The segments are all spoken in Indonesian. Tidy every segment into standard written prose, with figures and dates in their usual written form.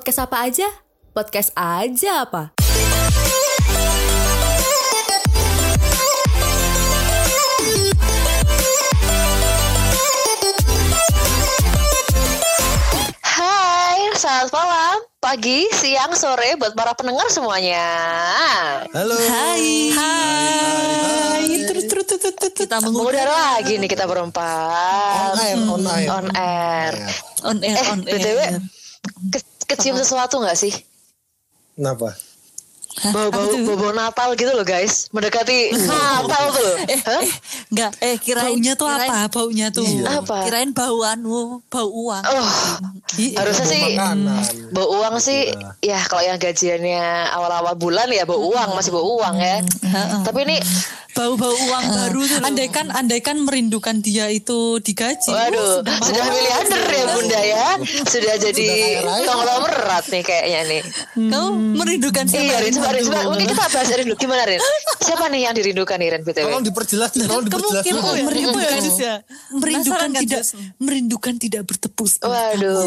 Podcast apa aja? Podcast aja apa? Hai, selamat malam, pagi, siang, sore buat para pendengar semuanya. Halo. Hai. Terus. Kita mengudara lagi nih kita berempat. On air. BTW, kecium sesuatu nggak sih? Kenapa? Bau Natal gitu loh guys, mendekati Natal tuh. Enggak, baunya tuh apa? Baunya tuh Apa? Kirain bau uang. Harusnya sih bau uang sih. Ya kalau yang gajiannya awal-awal bulan ya bau uang, masih bau uang ya. Tapi ini bau uang baru tuh. Andaikan merindukan dia itu digaji. waduh, sudah miliarder ya bunda ya. Sudah jadi konglomerat nih kayaknya nih. Kau merindukan siapa? Iya, Rin, coba mungkin kita bahas rindu. Gimana Rin? Siapa nih yang dirindukan nih Rin BTW? Tolong diperjelas. Merindukan tidak bertepus. Waduh,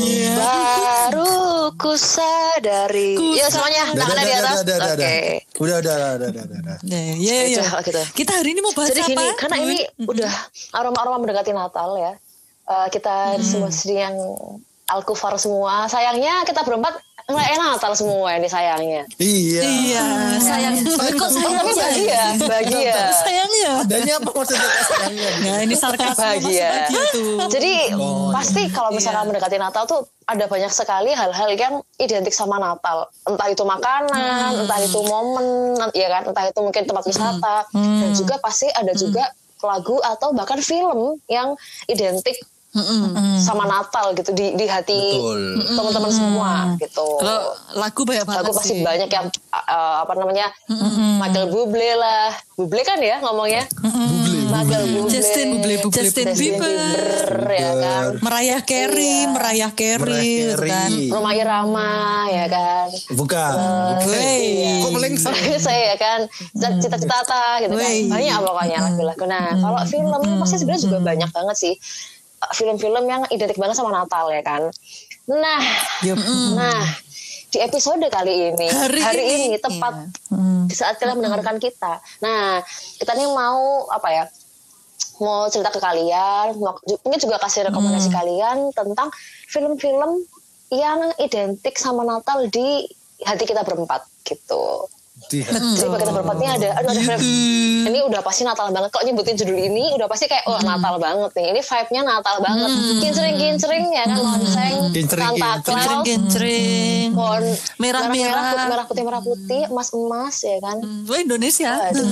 baru ku sadari. Yuk semuanya tangannya di atas. Oke. Udah. Ya. Gitu. Kita hari ini mau bahas Jadi apa? gini, karena ini udah aroma-aroma mendekati Natal ya. Kita semua sedang Al-Kufar semua. Sayangnya kita berempat nggak Natal semua ini sayangnya. Iya. Sayang. Kok sayang? Tapi bahagia. Sayangnya. Adanya apa maksudnya sayangnya? Nah, ini sarkasme Bahagia. tuh. Jadi pasti kalau misalnya mendekati Natal tuh ada banyak sekali hal-hal yang identik sama Natal. Entah itu makanan, entah itu momen, ya kan, entah itu mungkin tempat wisata, dan juga pasti ada juga lagu atau bahkan film yang identik sama Natal gitu di hati teman-teman semua gitu. Kalau lagu banyak banget Lagu pasti sih. banyak yang Michael Bublé lah. Bublé kan ya ngomongnya? Michael Bublé. Justin Bieber ya kan. Mariah Carey gitu kan. Rhoma Irama ya kan. Bukan. Kok melengsar? Saya ya kan. Cita-cita gitu kan. Banyak pokoknya lagu-lagu. Nah, kalau film pasti sebenarnya juga banyak banget sih. Film-film yang identik banget sama Natal ya kan. Nah, di episode kali ini, hari ini tepat di saat kalian mendengarkan kita. Nah, kita nih mau mau cerita ke kalian, mungkin juga kasih rekomendasi kalian tentang film-film yang identik sama Natal di hati kita berempat gitu. Jadi bagi kita berempat nih ada film ini udah pasti Natal banget. Kok nyebutin judul ini udah pasti kayak Natal banget nih. Ini vibe-nya Natal banget. Kincring ya kan, lonceng, Santa Claus, merah putih, emas ya kan. Indonesia.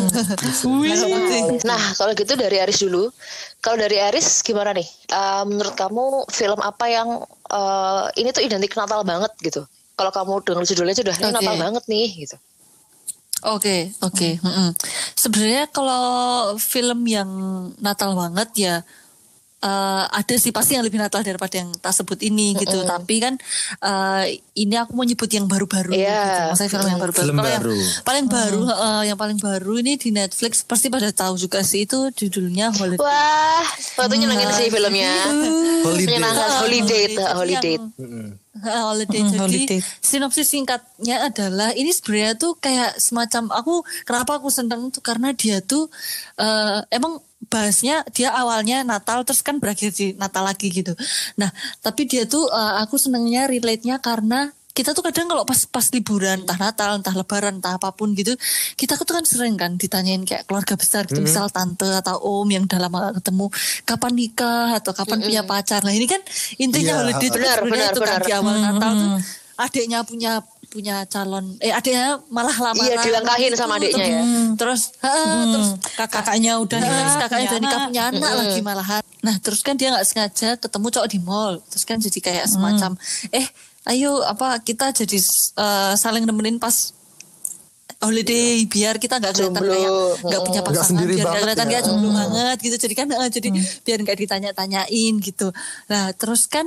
Nah, kalau gitu dari Aris dulu. Kalau dari Aris gimana nih? Menurut kamu film apa yang ini tuh identik Natal banget gitu? Kalau kamu dengar judulnya sudah ini Natal banget nih gitu. Oke. Sebenarnya kalau film yang Natal banget ya ada sih pasti yang lebih Natal daripada yang tak sebut ini gitu. Tapi kan ini aku mau nyebut yang baru-baru gitu. Maksudnya film yang baru-baru. Film Kalau baru. yang paling baru ini di Netflix pasti pada tahu juga sih, itu judulnya Holiday. Wah, waktu nyenengin sih filmnya. Menyenangkan Holiday. Jadi sinopsis singkatnya adalah ini sebenarnya tuh kayak semacam kenapa aku seneng tuh karena dia tuh emang bahasnya dia awalnya Natal terus kan berakhir di Natal lagi gitu. Nah tapi dia tuh aku senengnya relate-nya karena kita tuh kadang kalau pas liburan entah Natal entah Lebaran entah apapun gitu, kita tuh kan sering kan ditanyain kayak keluarga besar gitu, misal tante atau om yang udah lama gak ketemu kapan nikah atau kapan punya pacar. Nah ini kan intinya holiday itu sebenarnya itu kan di awal Natal tuh adiknya punya calon adiknya malah lamaran. Iya, dilangkahin sama adiknya ya. Terus kakaknya udah nikah punya anak lagi malahan. Nah terus kan dia nggak sengaja ketemu cowok di mall, terus kan jadi kayak semacam ayo kita jadi saling nemenin pas holiday biar kita nggak kelihatan kayak nggak punya pasangan, biar nggak kelihatan kayak jomblo banget gitu. Jadi kan jadi biar nggak ditanya-tanyain gitu. Nah terus kan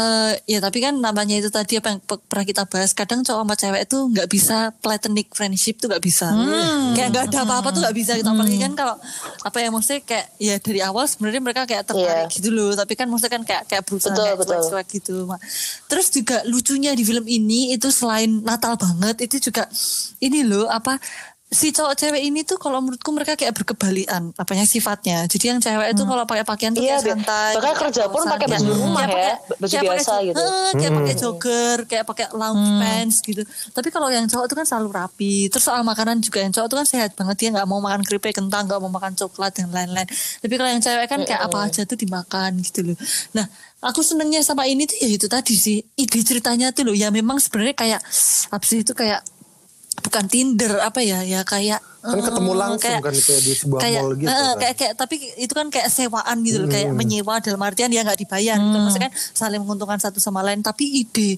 ya tapi kan namanya itu tadi apa yang pernah kita bahas, kadang cowok sama cewek itu nggak bisa platonic friendship tuh nggak bisa, kayak nggak ada apa-apa tuh nggak bisa gitu. Apalagi kan kalau apa ya maksudnya kayak ya dari awal sebenarnya mereka kayak tertarik gitu loh, tapi kan maksudnya kan kayak berusaha cuek gitu. Terus juga lucunya di film ini itu selain Natal banget, itu juga ini loh apa si cowok cewek ini tuh kalau menurutku mereka kayak berkebalikan apanya sifatnya. Jadi yang cewek itu kalau pakai pakaian tuh kayak santai. Bahkan kerja pun pakai baju rumah ya, baju biasa gitu. Kayak pakai jogger, kayak pakai lounge pants gitu. Tapi kalau yang cowok itu kan selalu rapi. Terus soal makanan juga yang cowok itu kan sehat banget, dia nggak mau makan keripik kentang, nggak mau makan coklat dan lain-lain. Tapi kalau yang cewek kan kayak apa aja tuh dimakan gitu loh. Nah aku senengnya sama ini tuh ya itu tadi sih, ide ceritanya tuh loh ya memang sebenarnya kayak apa sih itu kayak bukan Tinder apa ya kayak kan ketemu langsung kayak, kan kayak di sebuah mall gitu kan. Kayak tapi itu kan kayak sewaan gitu loh, kayak menyewa dalam artian ya nggak dibayar gitu. Maksudnya kan saling menguntungkan satu sama lain, tapi ide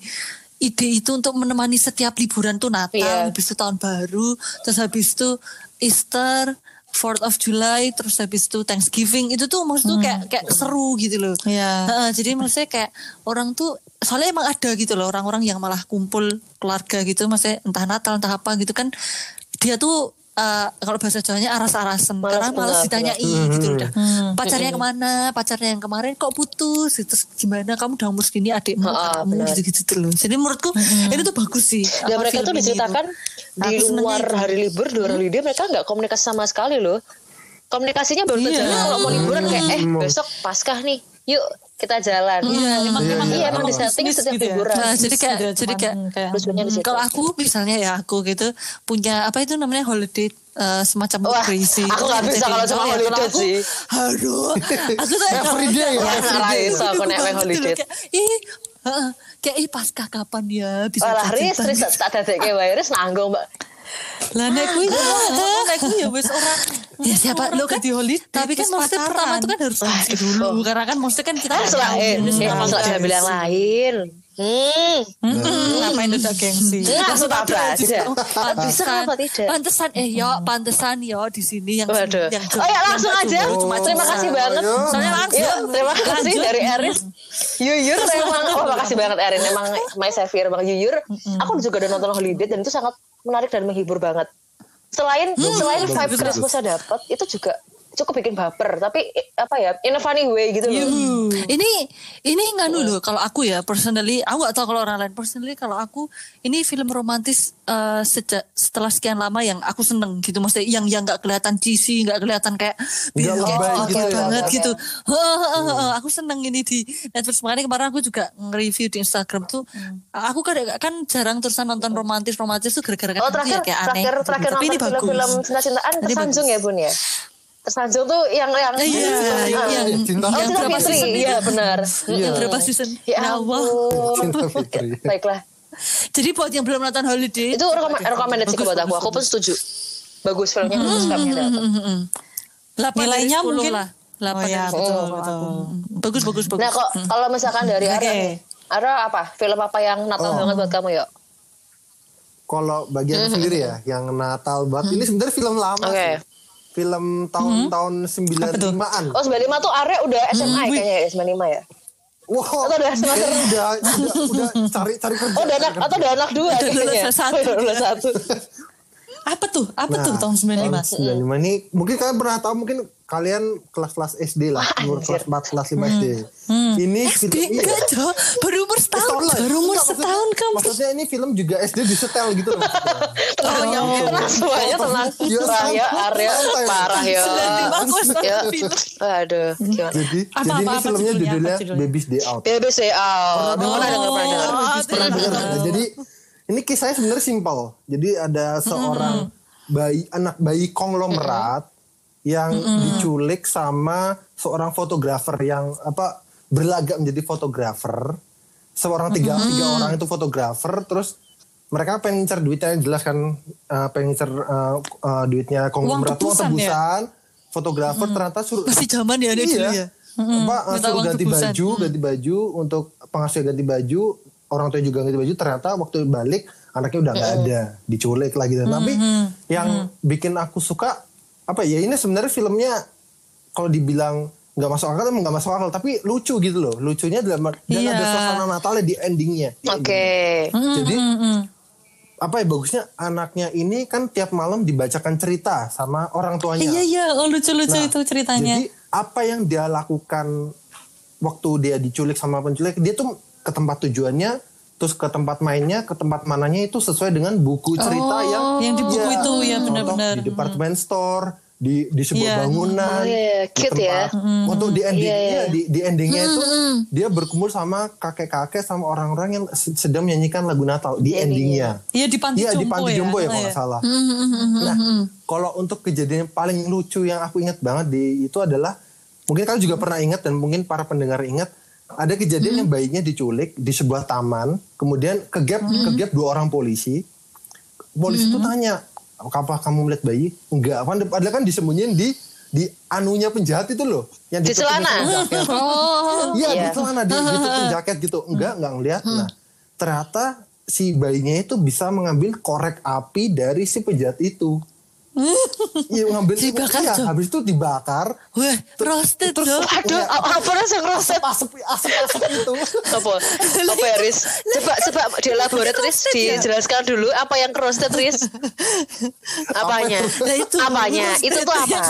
itu untuk menemani setiap liburan tuh Natal, habis itu tahun baru, terus habis itu Easter, 4th of July, terus habis itu Thanksgiving, itu tuh maksudnya kayak seru gitu loh. Jadi maksudnya kayak orang tuh soalnya emang ada gitu loh orang-orang yang malah kumpul keluarga gitu, maksudnya entah Natal entah apa gitu kan, dia tuh kalau bahasa Jawanya aras-arasan karena malas ditanyain gitu udah. Pacarnya kemana, pacarnya yang kemarin kok putus, terus gimana kamu udah umur segini adikmu kamu gitu loh. Jadi menurutku ini tuh bagus sih. Ya mereka tuh diceritakan di luar hari libur, di luar holiday mereka nggak komunikasi sama sekali loh. Komunikasinya baru terjadi kalau mau liburan kayak besok Paskah nih, yuk kita jalan. Emang disetting setiap liburan. Nah, jadi kayak kalau aku misalnya ya aku gitu punya apa itu namanya holiday semacam crazy. Aku nggak bisa kalau cuma holiday sih. Aduh, aku tuh everyday ya. Raiso aku naik holiday. Kayak Paskah kapan ya bisa. Lah Riz tak dadekke wae Riz nanggung Mbak. Lah nek kuwi ya wis ora ya siapa lo kan di holiday, tapi kan maksudnya pertama itu kan harus dulu karena kan maksudnya kan kita nggak bisa bilang lain. Ngapain udah gengsi? Langsung tak belajar. Bisa apa tidak? Pantesan yo di sini yang oh ya langsung aja. Terima kasih banget. Soalnya langsung. Terima kasih dari Erin. Yuyur emang makasih banget Erin. Emang my savior Bang Yuyur. Aku juga udah nonton Holiday dan itu sangat menarik dan menghibur banget. Selain vibe Christmas-nya dapat, itu juga cukup bikin baper, tapi apa ya, in a funny way gitu loh. Ini nganu loh, kalau aku ya personally, aku gak tahu kalau orang lain, personally kalau aku ini film romantis setelah sekian lama yang aku seneng gitu, maksudnya yang gak kelihatan cheesy, gak kelihatan kayak banget gitu. Aku seneng ini di Netflix. Makanya kemarin aku juga nge-review di Instagram tuh, aku kan jarang terusan nonton romantis tuh gara-gara terakhir tapi ini nonton film cinta-cintaan Tersanjung ya Bun ya. Tersanjung tuh yang Cinta Fitri, iya benar. Yang berapa season? Ya Allah. Baiklah. Jadi buat yang belum nonton Holiday itu recommended sih buat aku. Aku pun setuju. Bagus filmnya, bagus filmnya dapat. Nilainya mungkin lah. 8 ya, betul. Bagus. Nah, kalau misalkan dari Ara apa? Film apa yang Natal banget buat kamu, Yok? Kalau bagian sendiri ya, yang Natal banget. Ini sebenarnya film lama sih. Film tahun 95-an. Oh 95 tuh Are udah SMA kayaknya ya, 95 ya? Wow. Atau udah semester udah cari kerja. Oh udah anak 2 kayaknya. Udah 1. Apa tuh tahun 95? 95 ini mungkin kalian pernah tahu, mungkin kalian kelas SD lah, umur kelas 4, kelas 5 SD. Ini SD baru umur setahun kamu. Maksudnya ini film juga SD disetel gitu loh maksudnya. Tenang semuanya tenang. Ya Arya parah ya. Aduh. Jadi ini filmnya judulnya Baby's Day Out. Baby's Day Out. Pernah dengar. Jadi ini kisahnya sebenarnya simpel. Jadi ada seorang anak bayi konglomerat yang diculik sama seorang fotografer yang berlagak menjadi fotografer. Seorang tiga orang itu fotografer, terus mereka pengen ngincer duitnya, jelas kan, pengen ngincer duitnya konglomerat, uang tebusan. Fotografer ternyata suruh masih zaman ya dulu ya. Suruh ganti baju untuk penghasil ganti baju, orang tua juga ganti baju, ternyata waktu balik anaknya udah nggak ada, diculik lagi. Tapi yang bikin aku suka apa ya, ini sebenarnya filmnya kalau dibilang nggak masuk akal emang nggak masuk akal, tapi lucu gitu loh. Lucunya dan ada suasana Natalnya di endingnya. Oke. Jadi apa ya bagusnya, anaknya ini kan tiap malam dibacakan cerita sama orang tuanya. Iya, lucu-lucu itu ceritanya. Jadi apa yang dia lakukan waktu dia diculik sama penculik, dia tuh ke tempat tujuannya, terus ke tempat mainnya, ke tempat mananya itu sesuai dengan buku cerita yang di buku itu ya benar-benar. Di department store, di sebuah bangunan, cute ya. Untuk di endingnya, di endingnya itu dia berkumpul sama kakek-kakek sama orang-orang yang sedang menyanyikan lagu Natal di endingnya. Iya di Panti Jombo ya kalau nggak salah. Nah, kalau untuk kejadian paling lucu yang aku ingat banget itu adalah, mungkin kalian juga pernah ingat dan mungkin para pendengar ingat, ada kejadian yang bayinya diculik di sebuah taman, kemudian kegap 2 orang polisi. Polisi itu tanya, apa kamu melihat bayi? Enggak, padahal kan disembunyiin di anunya penjahat itu loh, yang di celana. Iya, di celana, di tutupin jaket gitu. Enggak ngelihat. Nah, ternyata si bayinya itu bisa mengambil korek api dari si penjahat itu. Iya, ngambil dibakar, habis itu dibakar. Wah, roasted terus. Aduh, apa yang roasted? Asap itu. Apa ya, Riz? Coba dielaborate, Riz, dijelaskan dulu apa yang roasted, Riz. Apanya? Apanya? Itu tuh apa?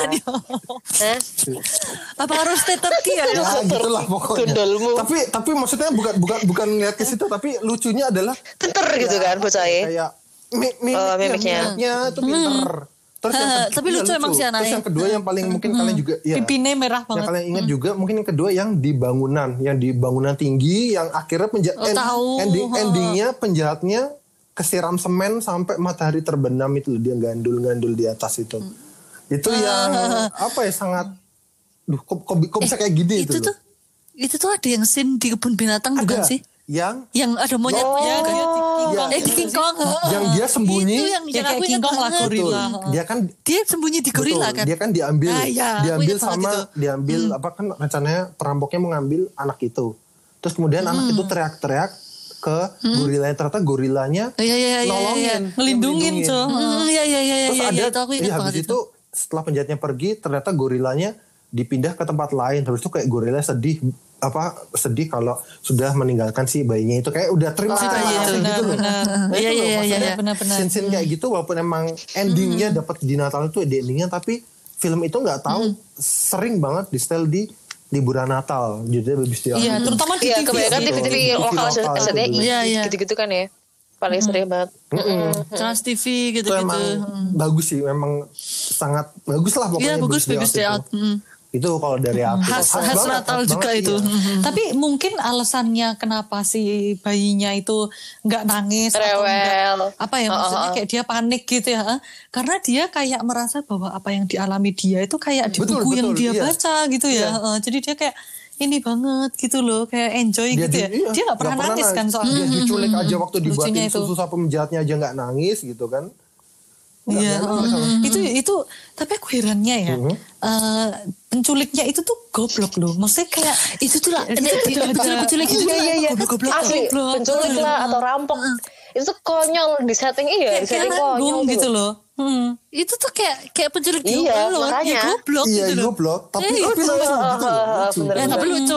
Apa roasted turkey ya? Ya, gitulah pokoknya. Gundulmu. Tapi maksudnya bukan ngeliat ke situ, tapi lucunya adalah pinter gitu kan bocahnya. Kayak mimiknya itu pinter. Terus tapi lucu emang si anaknya. Terus yang kedua yang paling mungkin kalian juga pipinya merah banget. Yang kalian ingat juga mungkin yang kedua yang di bangunan tinggi yang akhirnya endingnya penjahatnya kesiram semen sampai matahari terbenam itu, dia gandul di atas itu. Itu yang apa ya, sangat kok bisa kayak gini itu tuh. Itu tuh ada yang scene di kebun binatang bukan sih? Yang ada monyetnya kayak di King Kong. Yang dia sembunyi itu yang kayak King Kong lah, gorila. Dia sembunyi di gorila kan. Dia kan diambil apa kan rencananya perampoknya mengambil anak itu. Terus kemudian anak itu teriak-teriak ke gorilanya, ternyata gorilanya nolongin, ngelindungin tuh. Terus habis itu setelah penjahatnya pergi, ternyata gorilanya dipindah ke tempat lain. Habis itu kayak gorila sedih kalau sudah meninggalkan si bayinya itu, kayak udah terima kasih gitu loh. Iya benar. Scene kayak gitu walaupun emang endingnya dapat di Natal itu di endingnya, tapi film itu nggak tahu sering banget di style di liburan Natal, judulnya Baby Steel. Iya, terutama di TV. Kebanyakan TV lokal SDI gitu-gitu kan ya. Paling sering banget. Trans TV gitu-gitu. Itu emang bagus sih, memang sangat bagus lah pokoknya. Iya, bagus Baby Steel. Itu kalau dari aku khas Natal juga itu. Tapi mungkin alasannya kenapa si bayinya itu nggak nangis rewel, atau apa ya, maksudnya kayak dia panik gitu ya, karena dia kayak merasa bahwa apa yang dialami dia itu kayak di buku yang dia baca gitu ya. Jadi dia kayak ini banget gitu loh, kayak enjoy gitu ya. Dia nggak pernah nangis kan soalnya. Dia diculik aja waktu dibuatin susu sama penjahatnya aja nggak nangis gitu kan. Iya, itu tapi aku herannya ya, penculiknya itu tuh goblok loh. Maksudnya kayak itu tuh lah, penculik itu goblok. Asli, penculik lah atau rampok. Itu tuh konyol di setting di setting konyol gitu loh. Itu tuh kayak penculik juga loh. Ya goblok gitu loh. Goblok, tapi lucu. Ya tapi lucu.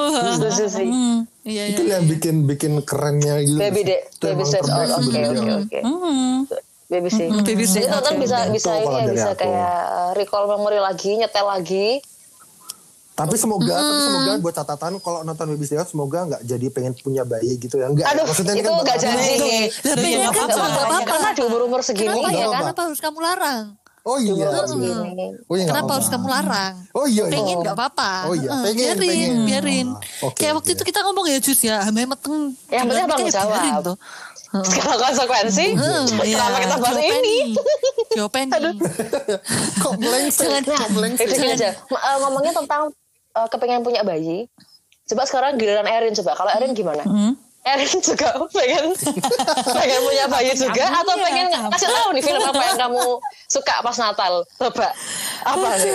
Itu yang bikin kerennya gitu. Baby Steps Out. Oke. Baby sih. Jadi nonton bisa kayak recall memori lagi, nyetel lagi. Tapi semoga buat catatan kalau nonton Baby Steps Out, semoga nggak jadi pengen punya bayi gitu ya. Enggak. Aduh, maksudnya itu nggak jadi. Tapi nggak apa-apa. Karena di umur segini ya kan, kenapa harus kamu larang? Oh iya. Kenapa harus kamu larang? Oh iya. Pengen nggak apa-apa. Oh iya. Biarin. Kayak waktu itu kita ngomong ya Jus ya, meteng. Yang penting abang jawab. Sekarang konsekuensi kenapa kita bahas ini? Jawaban kok melengseng. Itu aja. Ngomongnya tentang kepengen punya bayi. Coba sekarang giliran Erin coba. Kalau Erin gimana? Erin juga pengen punya bayi juga atau pengen kasih tahu nih film apa yang kamu suka pas Natal? Coba apa sih?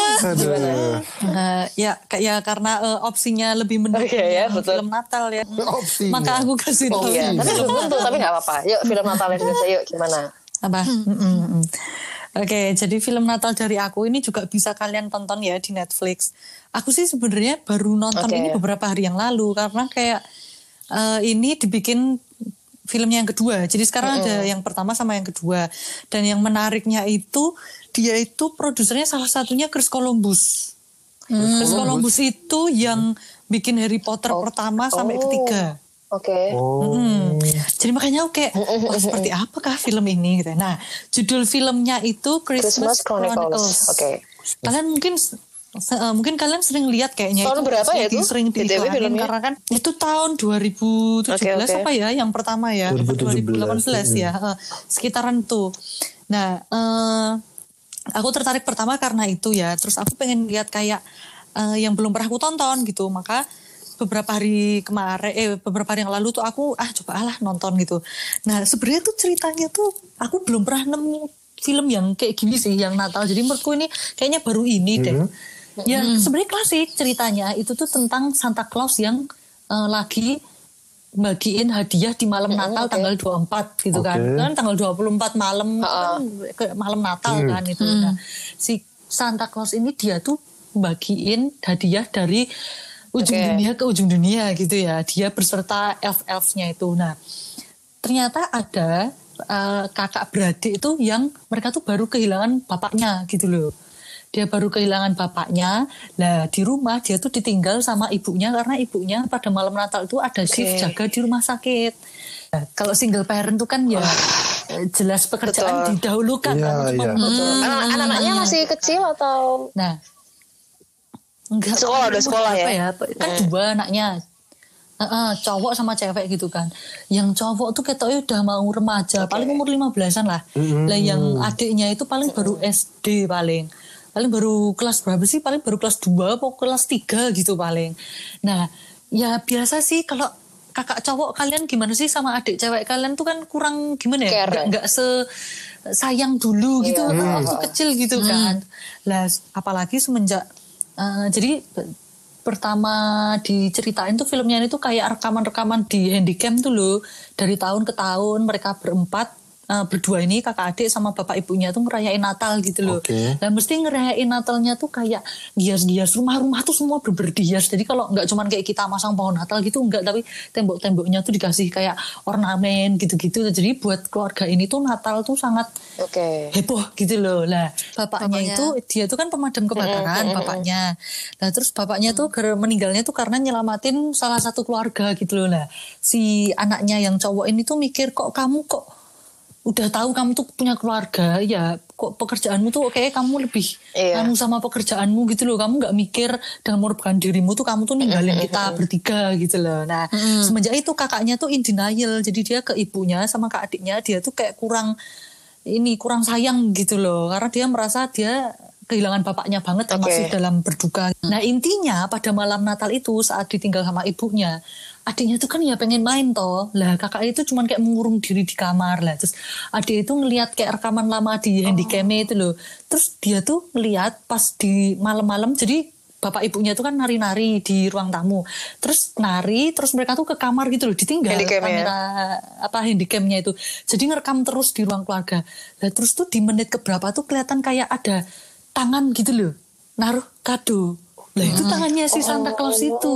Ya karena opsinya lebih mendukung film Natal ya. Maka aku kasih tahu. Tapi belum tentu, tapi nggak apa-apa. Yuk film Natal Indonesia yuk gimana? Apa? Oke, jadi film Natal dari aku ini juga bisa kalian tonton ya di Netflix. Aku sih sebenarnya baru nonton ini beberapa hari yang lalu karena kayak ini dibikin filmnya yang kedua. Jadi sekarang ada yang pertama sama yang kedua. Dan yang menariknya itu dia itu produsernya salah satunya Chris Columbus. Chris Columbus itu yang bikin Harry Potter pertama sampai ketiga. Oke. Jadi makanya aku kayak seperti apakah film ini gitu. Nah, judul filmnya itu Christmas Chronicles. Oke. Kalian mungkin kalian sering lihat kayaknya tahun itu berapa ya itu? Sering diiklanin karena kan itu tahun 2017 apa ya yang pertama ya 2018 ya sekitaran itu. Nah, aku tertarik pertama karena itu ya. Terus aku pengen lihat kayak yang belum pernah aku tonton gitu. Maka beberapa hari yang lalu tuh aku cobalah nonton gitu. Nah, sebenarnya tuh ceritanya tuh aku belum pernah nemu film yang kayak gini sih yang Natal. Jadi menurutku ini kayaknya baru ini deh. Ya sebenarnya klasik ceritanya itu tuh tentang Santa Claus yang lagi bagiin hadiah di malam Natal tanggal 24 gitu kan. Kan tanggal 24 malam kan malam Natal kan itu. Nah, si Santa Claus ini dia tuh bagiin hadiah dari ujung dunia ke ujung dunia gitu ya. Dia berserta elf-elfnya itu. Nah, ternyata ada kakak beradik itu yang mereka tuh baru kehilangan bapaknya gitu loh. Dia baru kehilangan bapaknya. Nah, di rumah dia tuh ditinggal sama ibunya karena ibunya pada malam Natal itu ada shift jaga di rumah sakit. Nah, kalau single parent tuh kan ya jelas pekerjaan didahulukan kan. Anak-anaknya masih kecil atau? Nah, enggak. Udah sekolah ya? Kan dua anaknya. Cowok sama cewek gitu kan. Yang cowok tuh ketoknya udah mau remaja, paling umur 15-an lah. Lah yang adiknya itu paling baru SD paling baru kelas berapa sih? Paling baru kelas 2 atau kelas 3 gitu paling. Nah, ya biasa sih kalau kakak cowok kalian gimana sih sama adik cewek kalian tuh kan kurang gimana ya? Enggak sayang dulu gitu waktu kecil gitu kan. Lah apalagi semenjak jadi pertama diceritain tuh filmnya itu kayak rekaman-rekaman di handycam tuh loh. Dari tahun ke tahun mereka berempat berdua ini kakak adik sama bapak ibunya tuh ngerayain Natal gitu loh. Dan mesti ngerayain Natalnya tuh kayak hias-hias rumah-rumah tuh semua berhias. Jadi kalau nggak cuman kayak kita masang pohon Natal gitu enggak, tapi tembok-temboknya tuh dikasih kayak ornamen gitu-gitu. Jadi buat keluarga ini tuh Natal tuh sangat heboh gitu loh. Lah bapaknya itu dia tuh kan pemadam kebakaran bapaknya. Nah terus bapaknya tuh meninggalnya tuh karena nyelamatin salah satu keluarga gitu loh. Lah si anaknya yang cowok ini tuh mikir kamu udah tahu kamu tuh punya keluarga ya kok pekerjaanmu tuh kamu lebih kamu sama pekerjaanmu gitu loh, kamu nggak mikir dan mengorbankan dirimu tuh kamu tuh ninggalin kita bertiga gitu loh. Nah semenjak itu kakaknya tuh in denial, jadi dia ke ibunya sama ke adiknya dia tuh kayak kurang sayang gitu loh karena dia merasa dia kehilangan bapaknya banget termasuk dalam berduka. Nah intinya pada malam Natal itu saat ditinggal sama ibunya, adiknya tuh kan ya pengen main toh. Lah kakak itu cuman kayak mengurung diri di kamar lah. Terus adik itu ngelihat kayak rekaman lama di handycam-nya itu loh. Terus dia tuh ngelihat pas di malam-malam, jadi bapak ibunya tuh kan nari-nari di ruang tamu. Terus nari, terus mereka tuh ke kamar gitu loh, ditinggal kamera handycam-nya itu. Jadi ngerekam terus di ruang keluarga. Lah terus tuh di menit keberapa tuh kelihatan kayak ada tangan gitu loh, naruh kado. Lah itu tangannya si Santa Claus itu.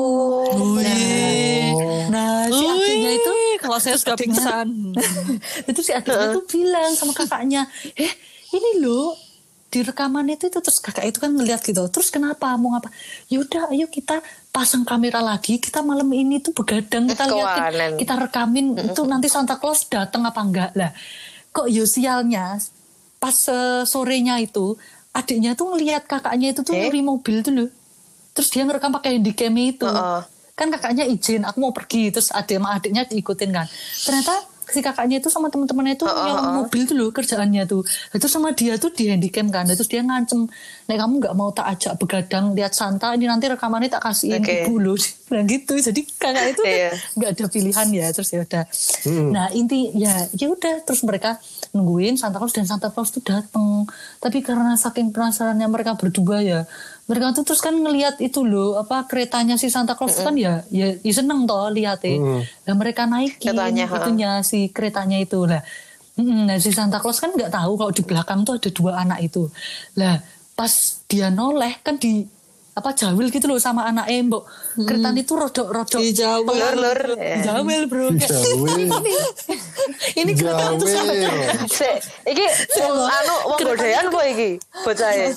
Nah si adiknya itu kalau saya sudah pingsan. Itu si adiknya tuh bilang sama kakaknya, ini loh di rekaman itu terus kakak itu kan ngeliat gitu. Terus kenapa mau ngapa? Yaudah ayo kita pasang kamera lagi, kita malam ini tuh begadang, kita liatin, kita rekamin itu nanti Santa Claus datang apa enggak. Lah kok sialnya pas sorenya itu adiknya tuh ngelihat kakaknya itu tuh nyuri mobil tuh loh. Terus dia ngerekam pakai handycam itu. Kan kakaknya izin, aku mau pergi. Terus adik sama adiknya diikutin kan. Ternyata si kakaknya itu sama teman-temannya itu nyolong mobil tuh loh kerjaannya tuh. Itu sama dia tuh di handycam kan. Terus dia ngancem, "Nek kamu nggak mau tak ajak begadang lihat Santa, ini nanti rekamannya tak kasihin ibu loh." Nah gitu. Jadi kakak itu nggak ada pilihan ya. Terus ya udah. Nah inti ya udah. Terus mereka nungguin Santa Claus dan Santa Claus tuh datang. Tapi karena saking penasarannya mereka berdua ya, mereka tuh terus kan ngelihat itu loh apa keretanya si Santa Claus kan ya seneng toh lihatnya. Nah mereka naikin itunya si keretanya itu lah. Nah si Santa Claus kan nggak tahu kalau di belakang tuh ada 2 anak itu. Lah pas dia noleh kan di apa jawil gitu loh sama anaknya mbok. Keretan itu rodok jawil bro. Ini keretan itu sama. Iki wong godean apa iki bocahe?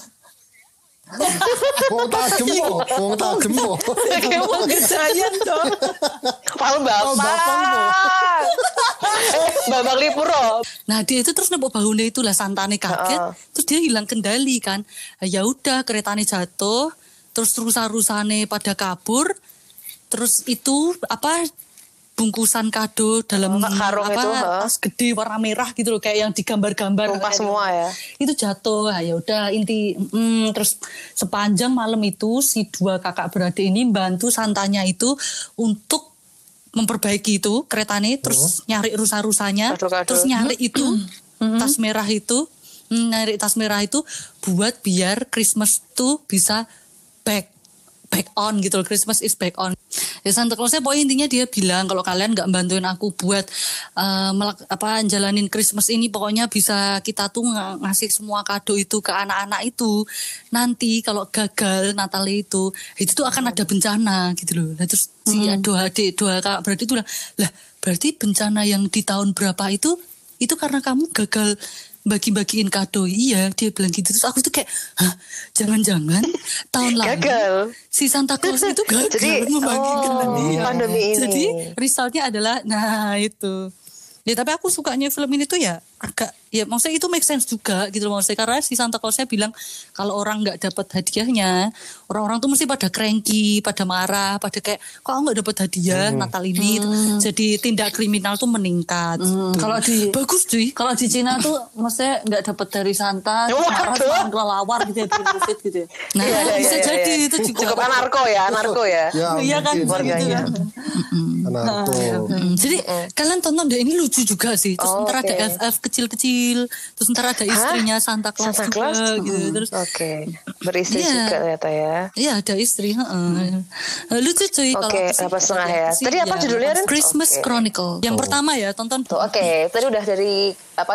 Wong tajem kok. Kayak wong gedayan dong. Pal bapak. Babak Lipuro. Nah dia itu terus nembok bahunya itulah Santane kaget. Terus dia hilang kendali kan. Ya udah keretanya jatuh. Terus rusa-rusane pada kabur. Terus itu apa bungkusan kado dalam karung apa itu, tas gede warna merah gitu loh kayak yang digambar-gambar tumpah semua ya. Itu jatuh. Ya udah inti terus sepanjang malam itu si 2 kakak beradik ini bantu Santanya itu untuk memperbaiki itu keretanya terus nyari rusa-rusanya terus nyari itu tas merah itu buat biar Christmas tuh bisa back on gitu loh. Christmas is back on. Ya Santa Clausnya pokoknya intinya dia bilang kalau kalian nggak bantuin aku buat jalanin Christmas ini pokoknya bisa kita tuh ngasih semua kado itu ke anak-anak itu. Nanti kalau gagal Natal itu tuh akan ada bencana gitu loh. Nah terus si dua kakak beradik itu lah berarti bencana yang di tahun berapa itu karena kamu gagal bagi-bagiin kado. Iya dia bilang gitu. Terus aku tuh kayak jangan-jangan tahun lalu si Santa Claus itu gagal membagikan pandemi ini. Jadi resultnya adalah nah itu. Ya tapi aku sukanya film ini tuh ya agak ya maksudnya itu make sense juga gitu loh maksudnya karena si Santa Clausnya bilang kalau orang nggak dapat hadiahnya orang-orang tuh mesti pada cranky, pada marah, pada kayak kok aku nggak dapat hadiah Natal ini jadi tindak kriminal tuh meningkat. Kalau di bagus cuy. Kalau di Cina tuh maksudnya nggak dapat dari Santa, marah sama kelelawar gitu ya bikin COVID gitu ya. Nah bisa jadi itu juga. Cukup anarko ya. Iya kan gitu kan. Anarko. Jadi kalian tonton deh ini lucu juga sih. Terus ntar ada FF kecil-kecil, terus ntar ada istrinya Santa Claus juga gitu. Terus beristri juga ternyata ya. Iya ada istri. Lucu cuy kalau apa setengah ya. Tadi apa judulnya Ren? Christmas Chronicle. Yang pertama ya tonton. Tadi udah dari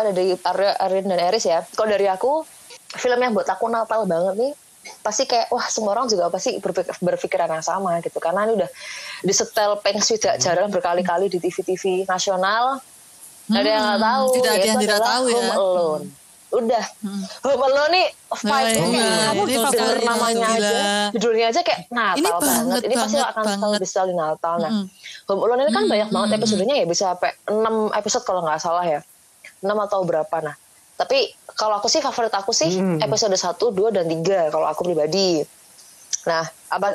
Arin dan Eris ya. Kalau dari aku film yang buat aku Natal banget nih pasti kayak wah semua orang juga pasti berpikiran yang sama gitu karena ini udah disetel tidak jarang berkali-kali di TV-TV nasional. Ada yang nggak tahu. Tidak ada yang tidak tahu ya. Home Alone. Udah. Home Alone nih kamu denger namanya aja, judulnya aja kayak Natal banget. Ini pasti akan selalu bisa di Natal. Nah, Home Alone ini kan banyak banget episodenya ya bisa sampai 6 episode kalau nggak salah ya. 6 atau berapa nah. Tapi kalau aku sih favorit aku sih episode 1, 2 dan 3 kalau aku pribadi. Nah, apa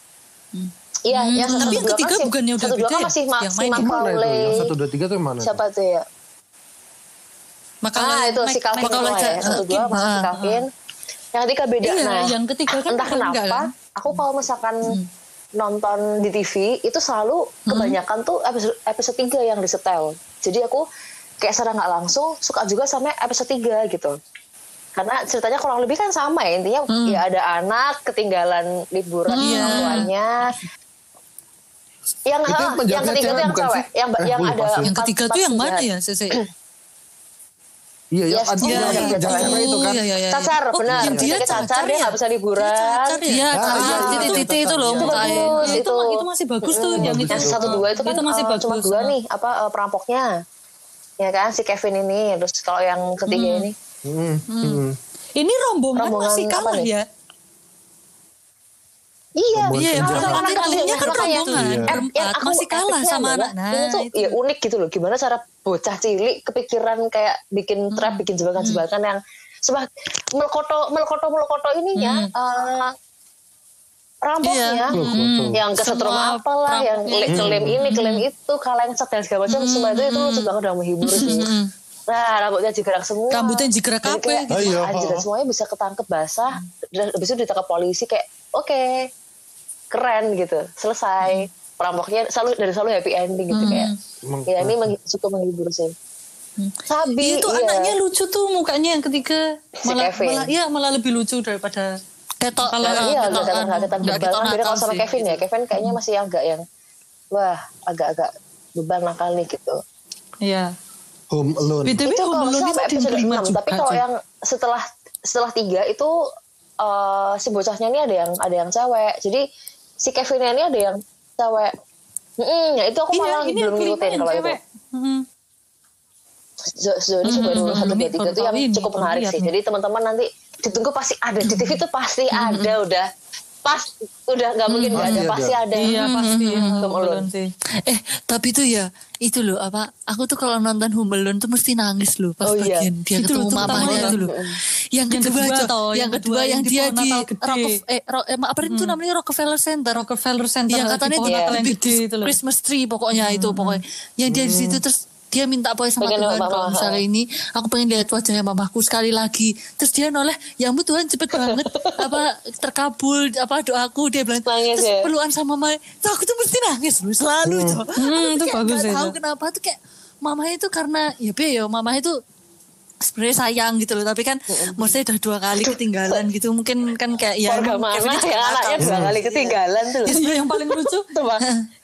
iya, yang tapi yang ketiga kan bukannya udah beda kan masih Yang 1, 2, 3 tuh yang mana? Siapa tuh ya? Itu si Calvin ya. 1, 2 masih si Calvin. Yang ketiga beda. Nah, yang ketiga kan entah kenapa aku kalau misalkan nonton di TV itu selalu kebanyakan tuh episode 3 yang disetel. Jadi aku kayak secara nggak langsung suka juga sama episode 3 gitu. Karena ceritanya kurang lebih kan sama ya intinya ya ada anak ketinggalan liburan tuanya. Yang ketiga tuh yang cewek, yang ada yang ketiga tuh yang mana ya Sese? Iya, yang cewek itu kan. Cacar, benar. Dia cacar dia nggak bisa liburan. Iya, titik-titik itu loh. Itu masih bagus tuh. Yang 1, 2 itu kan cuma 2 nih perampoknya. Ya kan si Kevin ini. Terus kalau yang ketiga ini. Ini rombongan masih kalah ya. Iya, kalinya kan rombongan berempat masih kalah sama anak. Ini tuh ya unik gitu loh. Gimana cara bocah cilik kepikiran kayak bikin trap, bikin jebakan-jebakan yang melkoto ininya. rampoknya yang kesetrum apalah, yang klaim ini klaim itu, kalengset dan segala macam, semua itu lucu banget dan menghibur sih. Nah rambutnya digerak semua, rambutnya digerak kabeh gitu. Anjir, semuanya bisa ketangkep basah dan habis itu ditangkap polisi kayak oke, keren gitu, selesai. Perampoknya selalu happy ending gitu kayak. Ya ini suka menghibur sih. Sabi itu anaknya lucu tuh mukanya yang ketiga, malah lebih lucu daripada ketok. Nggak ketok. Beda kalau sama Kevin ya, Kevin kayaknya masih agak yang agak bebal nakal nih gitu. Iya. Home Alone. Itu kalau sampai episode 6, tapi kalau yang setelah 3 itu si bocahnya ini ada yang cewek. Jadi si Kevin ini ada yang cewek. Ya itu aku malah belum ngikutin kalau itu. Sejauh ini baru 1, 2, 3 itu yang cukup menarik sih. Jadi teman-teman nanti ditunggu, pasti ada di TV itu pasti ada udah nggak mungkin nggak ada, pasti ada. Iya pasti. Sih. Tapi tuh ya itu loh apa? Aku tuh kalau nonton Home Alone tuh mesti nangis loh pas bagian dia itu ketemu mamanya itu loh. Yang kedua yang dia di itu namanya Rockefeller Center. Yang katanya di Christmas tree pokoknya itu pokoknya. Yang dia di situ terus dia minta pokoknya sama Tuhan kalau misalnya ini aku pengen lihat wajahnya mamaku sekali lagi, terus dia noleh ya ampun Tuhan cepet banget terkabul doaku, dia bilang terus pelukan sama mama, tuh aku tuh mesti nangis loh selalu itu bagus ya. Tahu kenapa tuh kayak mamanya itu karena mama itu sebenarnya sayang gitu loh, tapi kan maksudnya udah 2 kali ketinggalan gitu, mungkin kan kayak ya keluarga mana ya anaknya 2 kali ketinggalan tuh yang paling lucu tuh Bang.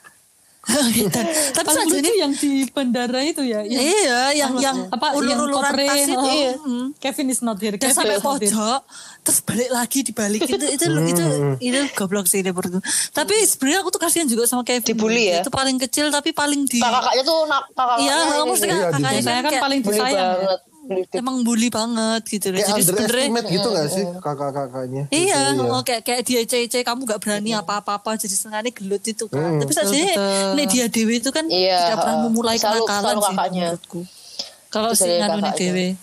Tapi saja ini yang di bandara itu ya. Yang ulur-uluran tas itu. Kevin is not here. Dan sampai pojok terus balik lagi dibalik itu goblok sih dia berdua. Tapi sebenarnya aku tuh kasihan juga sama Kevin. Dibully ya. Itu paling kecil tapi paling kakaknya tuh iya, kakaknya saya kan paling disayang banget. Emang bully banget gitu. Kayak jadi sebenarnya gitu gak sih kakak-kakaknya? Iya, kayak dia cece kamu gak berani apa-apa jadi sengaja gelut itu kan. Tapi saja nih dia Dewi itu kan tidak pernah memulai kenakalan sih menurutku. Kalau si Nganu Dewi.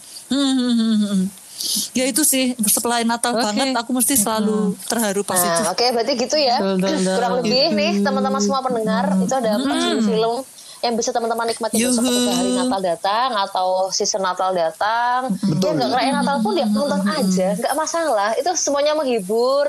Ya itu sih setelah Natal banget aku mesti selalu terharu pas itu. Oke, berarti gitu ya. Kurang lebih nih teman-teman semua pendengar itu ada 4 film yang bisa teman-teman nikmati besok ketika hari Natal datang atau season Natal datang. Ya nggak ngerayain Natal pun dia nonton aja, nggak masalah. Itu semuanya menghibur.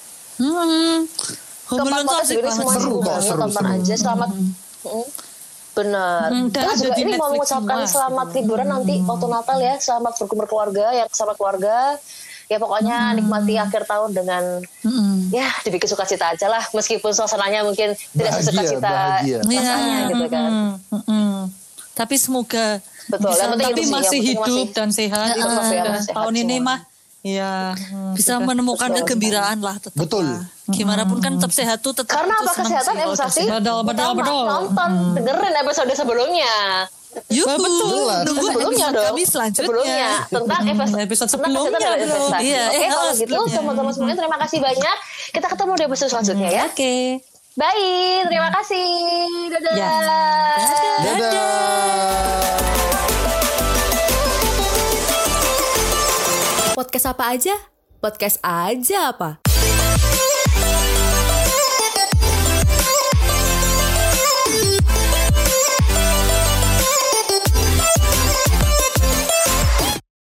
Keempat podcast ini semua seru banget, tonton aja. Selamat. Benar. Terus juga ini mau mengucapkan selamat liburan nanti waktu Natal ya. Selamat berkumpul keluarga, yang sama keluarga. Ya pokoknya nikmati akhir tahun dengan ya dibikin sukacita aja lah, meskipun suasananya mungkin tidak sesukacita rasanya gitu kan. Tapi semoga tapi masih hidup dan sehat. Tahun ini mah ya bisa menemukan kegembiraan lah tetap. Betul. Gimana pun kan tetap sehat tuh tetap. Karena apa kesehatan investasi? Betul. Nonton, dengerin episode sebelumnya. Betul. Nunggu sebelumnya dong. Selanjutnya tentang episode sebelumnya. Oke, kalau gitu teman-teman semuanya terima kasih banyak. Kita ketemu di episode selanjutnya ya. Oke. Bye, terima kasih. Dadah. Dadah. Podcast apa aja? Podcast aja apa?